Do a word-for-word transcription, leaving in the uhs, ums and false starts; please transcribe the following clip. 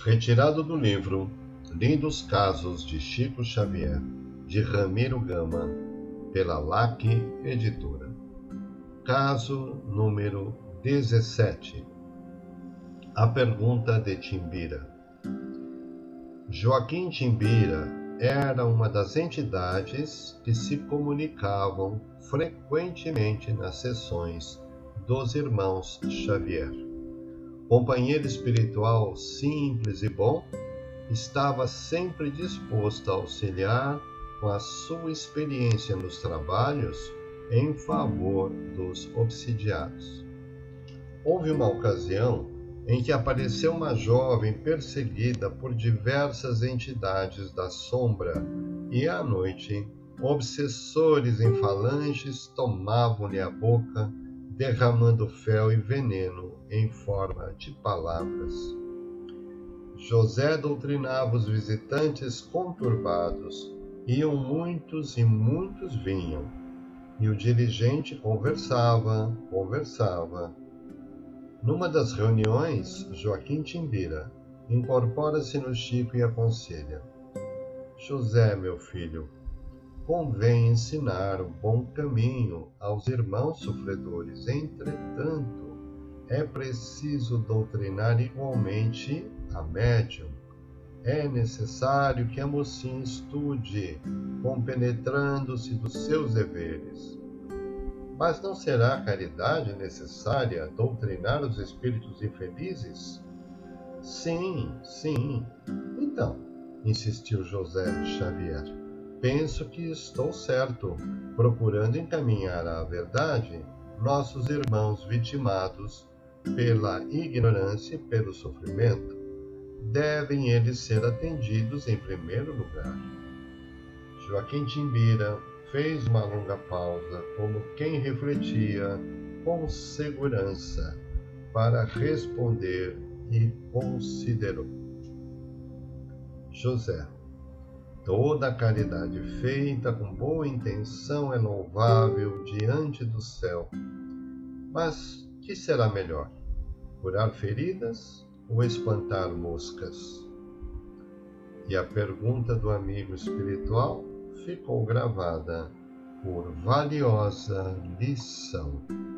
Retirado do livro Lindos Casos de Chico Xavier, de Ramiro Gama, pela L A C Editora. Caso número dezessete. A pergunta de Timbira. Joaquim Timbira era uma das entidades que se comunicavam frequentemente nas sessões dos irmãos Xavier. Companheiro espiritual simples e bom, estava sempre disposto a auxiliar com a sua experiência nos trabalhos em favor dos obsidiados. Houve uma ocasião em que apareceu uma jovem perseguida por diversas entidades da sombra e, à noite, obsessores em falanges tomavam-lhe a boca, derramando fel e veneno em forma de palavras. José doutrinava os visitantes conturbados, iam muitos e muitos vinham, e o dirigente conversava, conversava. Numa das reuniões, Joaquim Timbira incorpora-se no Chico e aconselha: José, meu filho, convém ensinar o bom caminho aos irmãos sofredores. Entretanto, é preciso doutrinar igualmente a médium. É necessário que a mocinha estude, compenetrando-se dos seus deveres. Mas não será caridade necessária doutrinar os espíritos infelizes? Sim, sim. Então, insistiu José Xavier, penso que estou certo, procurando encaminhar à verdade nossos irmãos vitimados pela ignorância e pelo sofrimento. Devem eles ser atendidos em primeiro lugar. Joaquim Timbira fez uma longa pausa, como quem refletia com segurança, para responder e considerou. José, toda a caridade feita com boa intenção é louvável diante do céu. Mas que será melhor? Curar feridas ou espantar moscas? E a pergunta do amigo espiritual ficou gravada por valiosa lição.